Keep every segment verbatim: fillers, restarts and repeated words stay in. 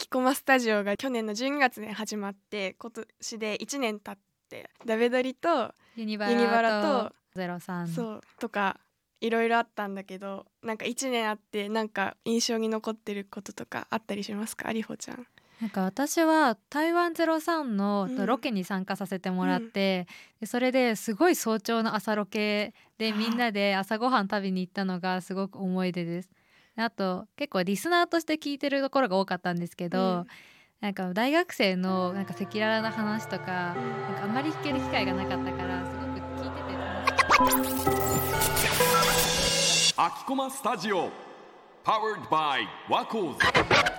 きこまスタジオが去年のじゅうにがつに始まって今年でいちねん経ってダベドリとユニバユニバラとラとゼロさんそうとかいろいろあったんだけど、なんかいちねんあってなんか印象に残ってることとかあったりしますか、りほちゃん。 なんか私は台湾ゼロさんのうんロケに参加させてもらって、うん、でそれですごい早朝の朝ロケでみんなで朝ごはん食べに行ったのがすごく思い出です。あと結構リスナーとして聞いてるところが多かったんですけど、うん、なんか大学生のなんか赤裸々な話とか、うん、なんかあんまり聞ける機会がなかったからすごく聞いてて楽しかった。 アキコマスタジオ Powered by ワコーズ。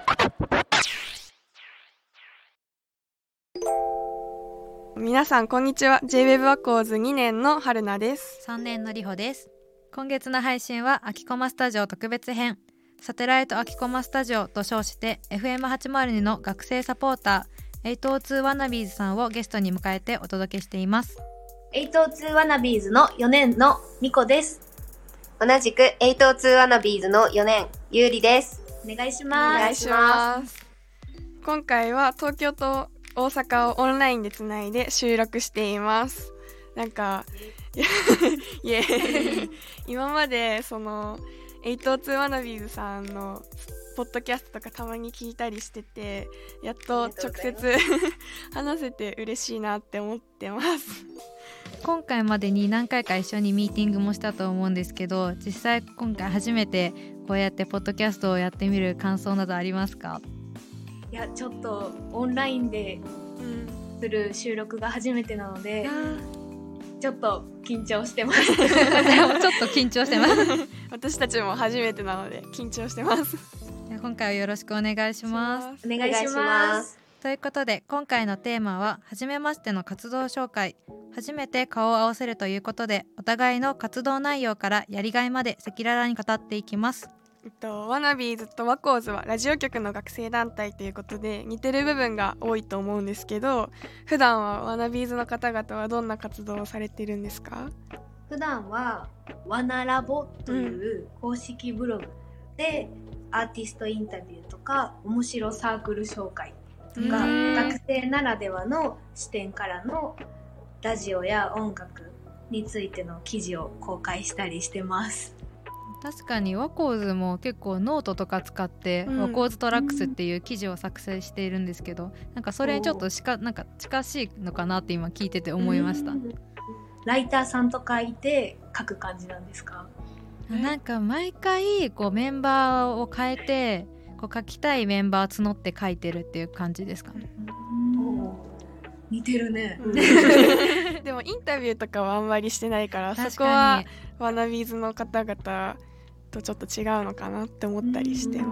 皆さんこんにちは。 ジェイウェブ ワコーズにねんの春菜です。 さんねんのりほです。今月の配信はアキコマスタジオ特別編、サテライトアキコマスタジオと称して エフエムはちまるに の学生サポーターエイトオーツーワナビーズさんをゲストに迎えてお届けしています。 エイトオーツーワナビーズのよねんのみこです。 同じくエイトオーツーワナビーズのよねんゆうりです。 お願いします。 お願いします。今回は東京と大阪をオンラインでつないで収録しています。なんかいえ今までそのエイトオーツーワナビーズさんのポッドキャストとかたまに聞いたりしてて、やっと直接話せて嬉しいなって思ってます。 今回までに何回か一緒にミーティングもしたと思うんですけど、実際今回初めてこうやってポッドキャストをやってみる感想などありますか？ いやちょっとオンラインでする収録が初めてなので、うん、ちょっと緊張してますちょっと緊張してます私たちも初めてなので緊張してます。 今回はよろしくお願いします。 お願いします。 ということで今回のテーマは初めましての活動紹介、初めて顔を合わせるということでお互いの活動内容からやりがいまで赤裸々に語っていきます。 えっと、ワナビーズとワコーズはラジオ局の学生団体ということで似てる部分が多いと思うんですけど、普段はワナビーズの方々はどんな活動をされているんですか？ 普段はワナラボという公式ブログで、うん、アーティストインタビューとか面白サークル紹介とか学生ならではの視点からのラジオや音楽についての記事を公開したりしてます。 確かにワコーズも結構ノートとか使って、うん、ワコーズトラックスっていう記事を作成しているんですけど、うん、なんかそれにちょっとしかなんか近しいのかなって今聞いてて思いました。 ライターさんとかいて書く感じなんですか？ なんか毎回こうメンバーを変えてこう書きたいメンバー募って書いてるっていう感じですかね。 似てるねでもインタビューとかはあんまりしてないから、そこはワナビーズの方々とちょっと違うのかなって思ったりしてます。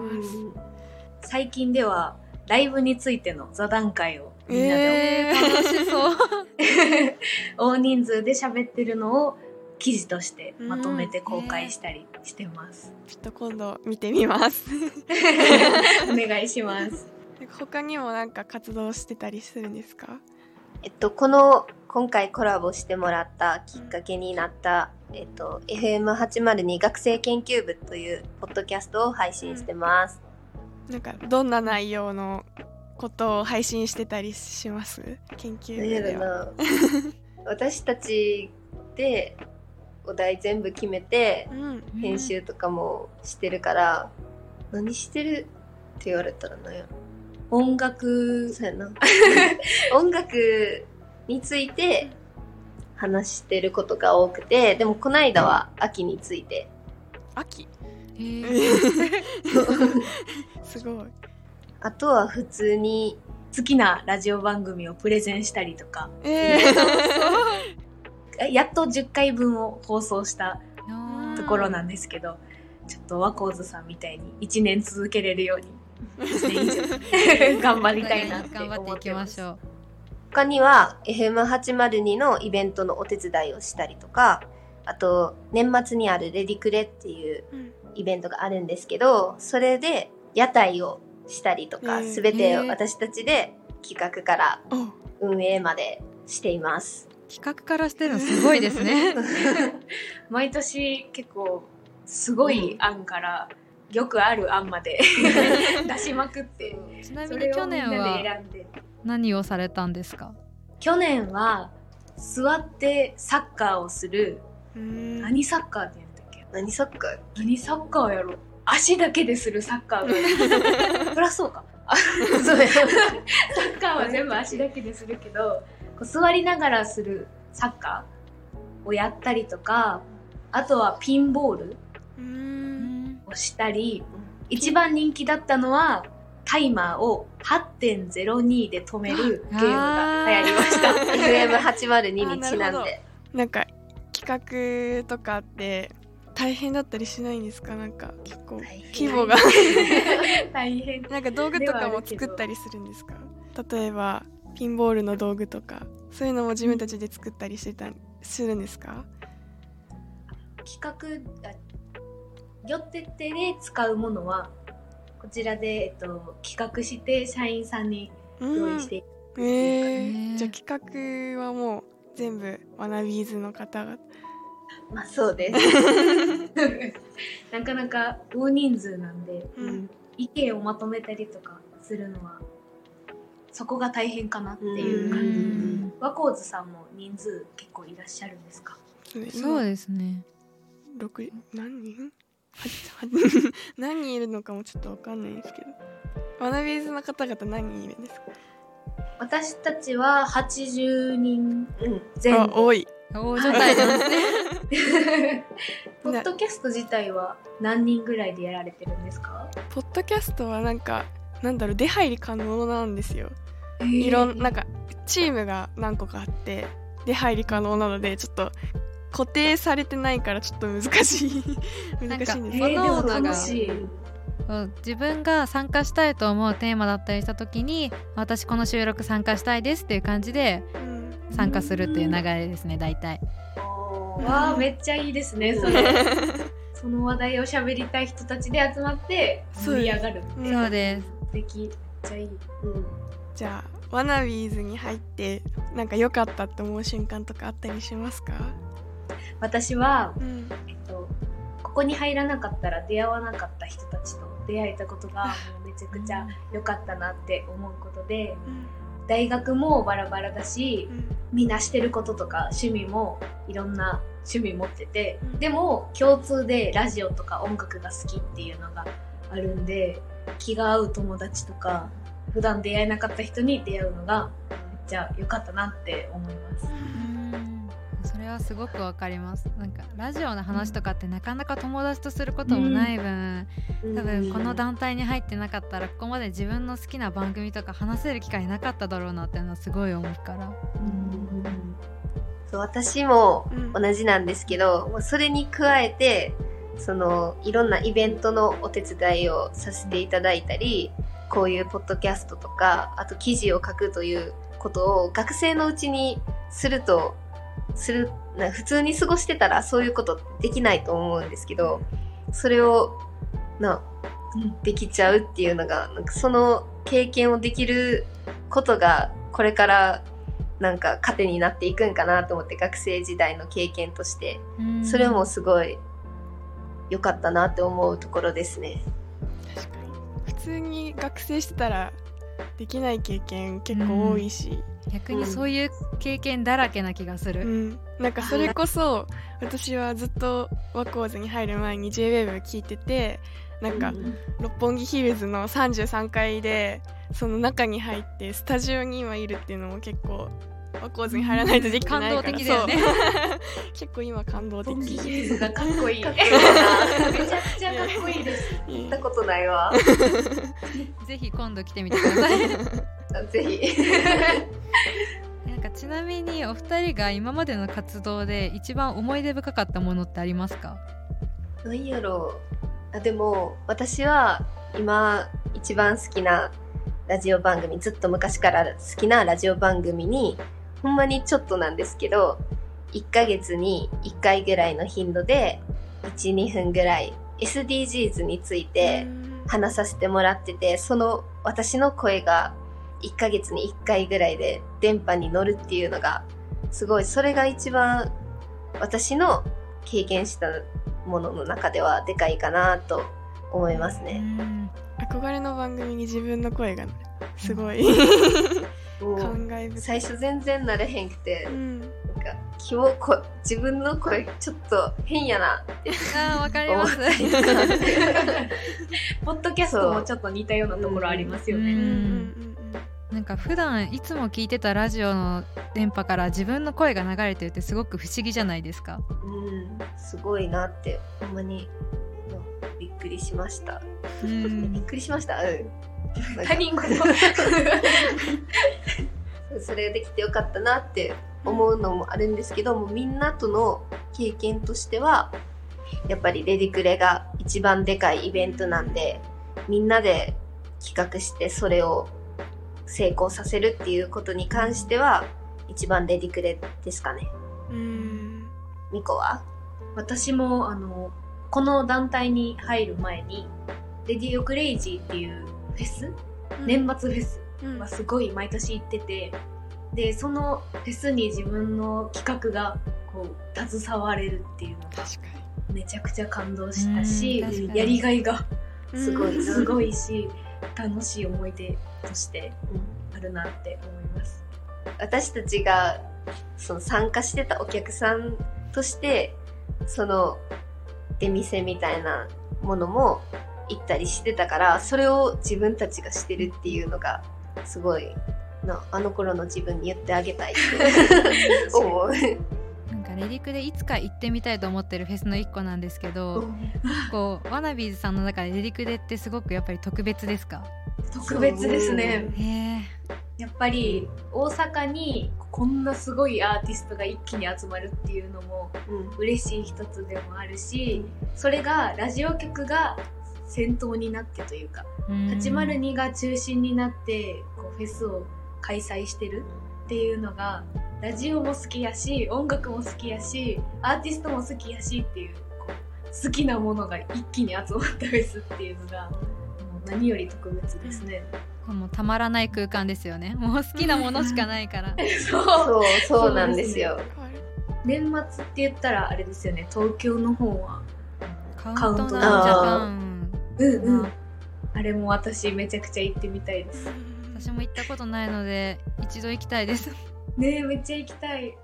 最近ではライブについての座談会をみんなで、 えー、楽しそう大人数で喋ってるのを記事としてまとめて公開したりしてます、 うん、ちょっと今度見てみますお願いします。 他にもなんか活動してたりするんですか？ えっと、この今回コラボしてもらったきっかけになった、えっと、エフエムはちまるに 学生研究部というポッドキャストを配信してます、 うん、なんかどんな内容のことを配信してたりします？研究部では私たちでお題全部決めて、うん、編集とかもしてるから、うん、何してるって言われたら何やろ、 音楽そうやな音楽について話してることが多くて、でもこの間は秋について。 秋？ へーすごい。 あとは普通に好きなラジオ番組をプレゼンしたりとか、 えー、やっとじゅっかいぶんを放送したところなんですけど、ちょっとワコーズさんみたいにいちねん続けれるように頑張りたいなって思ってます。 頑張っていきましょう。 他には エフエムはちまるに のイベントのお手伝いをしたりとか、あと年末にあるレディクレっていうイベントがあるんですけど、それで屋台をしたりとか、すべて私たちで企画から運営までしています。 企画からしてるのすごいですね毎年結構すごい案からよくある案まで出しまくってちなみに去年は何をされたんですか？ 去年は座ってサッカーをする、何サッカーって言うんだっけ？ 何サッカー？ 何サッカーやろ？足だけでするサッカーがそりゃそうかそうやサッカーは全部足だけでするけど、こう座りながらするサッカーをやったりとか、あとはピンボールをしたり、一番人気だったのはタイマーを はってんゼロに で止めるゲームが流行りました。 エフエムはちまるに にちなんで。 なんか企画とかって大変だったりしないんですか？なんか結構規模が大変。 なんか道具とかも作ったりするんですか？例えばピンボールの道具とかそういうのも自分たちで作ったりしてたするんですか？ 企画よってってで使うものはこちらで、えっと、企画して社員さんに用意していくっていうか、 じゃあ企画はもう全部ワナビーズの方々。 まあそうですなかなか大人数なんで、 うん、 意見をまとめたりとかするのはそこが大変かなっていう感じ。ワコーズさんも人数結構いらっしゃるんですか？ そうですね。 ろく何人何人いるのかもちょっと分かんないんですけど、ワナビーズの方々何人いるんですか？ 私たちははちじゅうにん前後。 あ、多い。 大所帯なんですねポッドキャスト自体は何人ぐらいでやられてるんですか？ ポッドキャストはなんかなんだろう、出入り可能なんですよ。いろんなんかチームが何個かあって出入り可能なので、ちょっと固定されてないからちょっと難しい難しいんです。 各々が楽しい。 自分が参加したいと思うテーマだったりした時に、私この収録参加したいですっていう感じで参加するっていう流れですね、大体。 わあ、めっちゃいいですねそれその話題を喋りたい人たちで集まって盛り上がるって。 そうです。 素敵。めっちゃいい、うん、 じゃあワナビーズに入ってなんか良かったって思う瞬間とかあったりしますか？ 私は、 うん、 えっとここに入らなかったら出会わなかった人たちと出会えたことがもうめちゃくちゃ良かったなって思うことで、うん、大学もバラバラだし、うん、みんなしてることとか趣味もいろんな趣味持ってて、うん、でも共通でラジオとか音楽が好きっていうのがあるんで、気が合う友達とか普段出会えなかった人に出会うのがめっちゃ良かったなって思います。 それはすごくわかります。なんかラジオの話とかってなかなか友達とすることもない分、うん、多分この団体に入ってなかったらここまで自分の好きな番組とか話せる機会なかっただろうなっていうのはすごい思うから、うん、 そう私も同じなんですけど、うん、それに加えてそのいろんなイベントのお手伝いをさせていただいたり、こういうポッドキャストとかあと記事を書くということを学生のうちにするとするな普通に過ごしてたらそういうことできないと思うんですけど、それをなできちゃうっていうのがなんかその経験をできることがこれからなんか糧になっていくんかなと思って、学生時代の経験としてそれもすごい良かったなって思うところですね。 確かに普通に学生してたらできない経験結構多いし、 うん、逆にそういう経験だらけな気がする、 うん、なんかそれこそ私はずっとワコーズに入る前に ジェイウェーブ 聞いてて、なんか、うん、六本木ヒルズのさんじゅうさんかいでその中に入ってスタジオに今いるっていうのも結構ワコーズに入らないとできてないから、 感動的だよね結構今感動的。 ヒルズがかっこいいめちゃくちゃかっこいいです。 行ったことないわぜひ今度来てみてくださいぜひなんかちなみにお二人が今までの活動で一番思い出深かったものってありますか？ 何やろう。あでも私は今一番好きなラジオ番組、ずっと昔から好きなラジオ番組にほんまにちょっとなんですけどいっかげつにいっかいぐらいの頻度で いち、にふんぐらい エスディージーズ について話させてもらってて、その私の声がいっかげつにいっかいぐらいで電波に乗るっていうのがすごい、それが一番私の経験したものの中ではでかいかなと思いますね。 憧れの番組に自分の声がすごい感慨深い。 最初全然慣れへんくて、 うん、 なんかキモこ自分の声ちょっと変やなってあーわかりますポッドキャストもちょっと似たようなところありますよね。 うんうんうんなんか普段いつも聞いてたラジオの電波から自分の声が流れてるってすごく不思議じゃないですか。 うんすごいなってほんまにびっくりしました。 うん、 びっくりしました。うん。 他人事それできてよかったなって思うのもあるんですけども、みんなとの経験としてはやっぱりレディクレが一番でかいイベントなんで、みんなで企画してそれを成功させるっていうことに関しては一番レディクレですかね。 うん。 ミコは？ 私もあのこの団体に入る前にレディオクレイジーっていうフェス、うん、年末フェスはすごい毎年行ってて、でそのフェスに自分の企画がこう携われるっていうのがめちゃくちゃ感動したし、やりがいがすごいすごいし、楽しい思い出としてあるなって思います。 私たちがその参加してたお客さんとしてその出店みたいなものも行ったりしてたから、それを自分たちがしてるっていうのがすごいな、あの頃の自分に言ってあげたいって思う。 なんかレディクでいつか行ってみたいと思ってるフェスの一個なんですけど、こうワナビーズさんの中でレディクでってすごくやっぱり特別ですか？ 特別ですね。 へー、 やっぱり大阪にこんなすごいアーティストが一気に集まるっていうのも嬉しい一つでもあるし、それがラジオ局が先頭になってというかはちまるにが中心になってこうフェスを開催してるっていうのが、ラジオも好きやし音楽も好きやしアーティストも好きやしっていう、こう好きなものが一気に集まったフェスっていうのがもう何より特別ですね。 もうたまらない空間ですよね。もう好きなものしかないからそうそうそうなんですよ。 年末って言ったらあれですよね、東京の方はカウントダウンジャパン、 うんうん、あれも私めちゃくちゃ行ってみたいです。 私も行ったことないので一度行きたいですねえ、めっちゃ行きたい。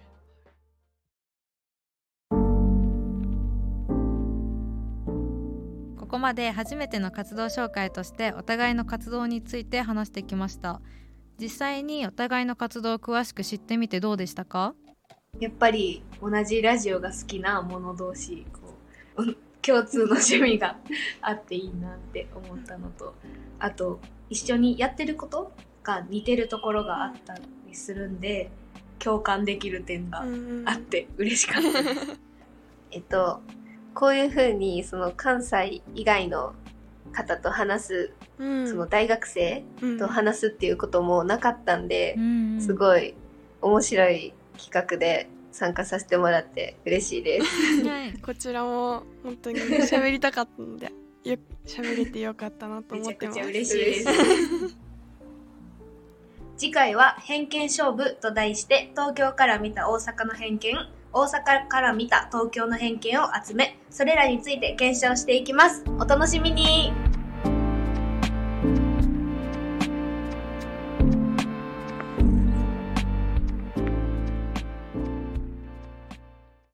ここまで初めての活動紹介としてお互いの活動について話してきました。実際にお互いの活動を詳しく知ってみてどうでしたか？ やっぱり同じラジオが好きな者同士こう共通の趣味があっていいなって思ったのと、あと一緒にやってることが似てるところがあったりするんで共感できる点があって嬉しかったです。 えっとこういう風にその関西以外の方と話す、うん、その大学生と話すっていうこともなかったんで、うん、すごい面白い企画で参加させてもらって嬉しいです、 はい、こちらも本当に喋りたかったのでよ喋れてよかったなと思ってます。 めちゃくちゃ嬉しいです次回は偏見勝負と題して東京から見た大阪の偏見、大阪から見た東京の偏見を集め、それらについて検証していきます。お楽しみに。